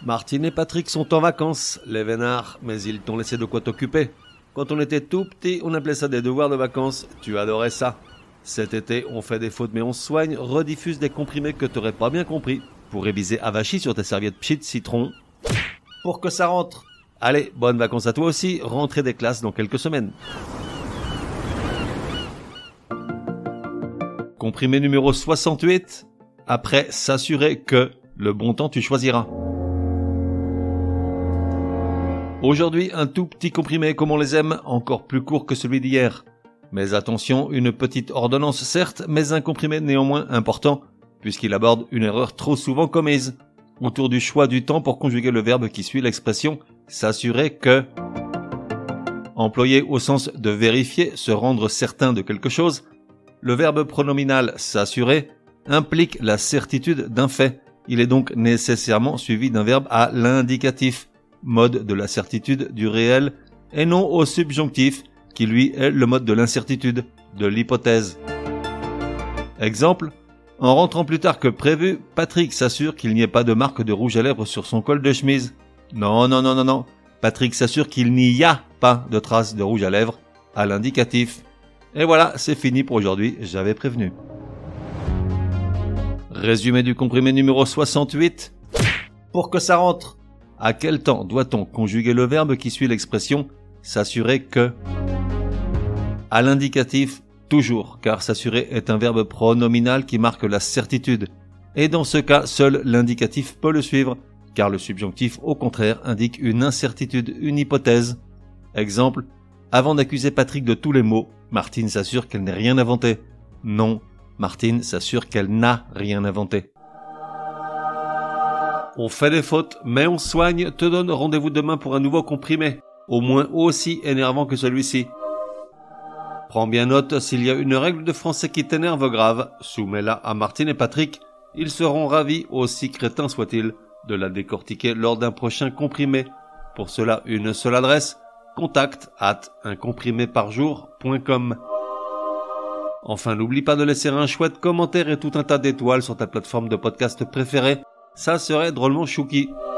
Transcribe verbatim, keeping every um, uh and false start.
Martine et Patrick sont en vacances, les vénards, mais ils t'ont laissé de quoi t'occuper. Quand on était tout petit, on appelait ça des devoirs de vacances, tu adorais ça. Cet été, on fait des fautes mais on se soigne, rediffuse des comprimés que t'aurais pas bien compris, pour réviser avachi sur tes serviettes pchit citron, pour que ça rentre. Allez, bonnes vacances à toi aussi, rentrée des classes dans quelques semaines. Comprimé numéro soixante-huit, après s'assurer que le bon temps tu choisiras. Aujourd'hui, un tout petit comprimé comme on les aime, encore plus court que celui d'hier. Mais attention, une petite ordonnance certes, mais un comprimé néanmoins important, puisqu'il aborde une erreur trop souvent commise, autour du choix du temps pour conjuguer le verbe qui suit l'expression « s'assurer que ». Employé au sens de vérifier, se rendre certain de quelque chose, le verbe pronominal « s'assurer » implique la certitude d'un fait. Il est donc nécessairement suivi d'un verbe à l'indicatif, mode de la certitude du réel, et non au subjonctif, qui lui est le mode de l'incertitude, de l'hypothèse. Exemple, en rentrant plus tard que prévu, Patrick s'assure qu'il n'y ait pas de marque de rouge à lèvres sur son col de chemise. Non, non, non, non, non. Patrick s'assure qu'il n'y a pas de traces de rouge à lèvres, à l'indicatif. Et voilà, c'est fini pour aujourd'hui, j'avais prévenu. Résumé du comprimé numéro soixante-huit. Pour que ça rentre. À quel temps doit-on conjuguer le verbe qui suit l'expression « s'assurer que » ? À l'indicatif, toujours, car s'assurer est un verbe pronominal qui marque la certitude. Et dans ce cas, seul l'indicatif peut le suivre, car le subjonctif, au contraire, indique une incertitude, une hypothèse. Exemple, avant d'accuser Patrick de tous les maux, Martine s'assure qu'elle n'a rien inventé. Non, Martine s'assure qu'elle n'a rien inventé. On fait des fautes, mais on soigne, te donne rendez-vous demain pour un nouveau comprimé, au moins aussi énervant que celui-ci. Prends bien note, s'il y a une règle de français qui t'énerve grave, soumets-la à Martine et Patrick, ils seront ravis, aussi crétins soient-ils, de la décortiquer lors d'un prochain comprimé. Pour cela, une seule adresse, contact at un comprimé par jour point com. Enfin, n'oublie pas de laisser un chouette commentaire et tout un tas d'étoiles sur ta plateforme de podcast préférée, ça serait drôlement chouki.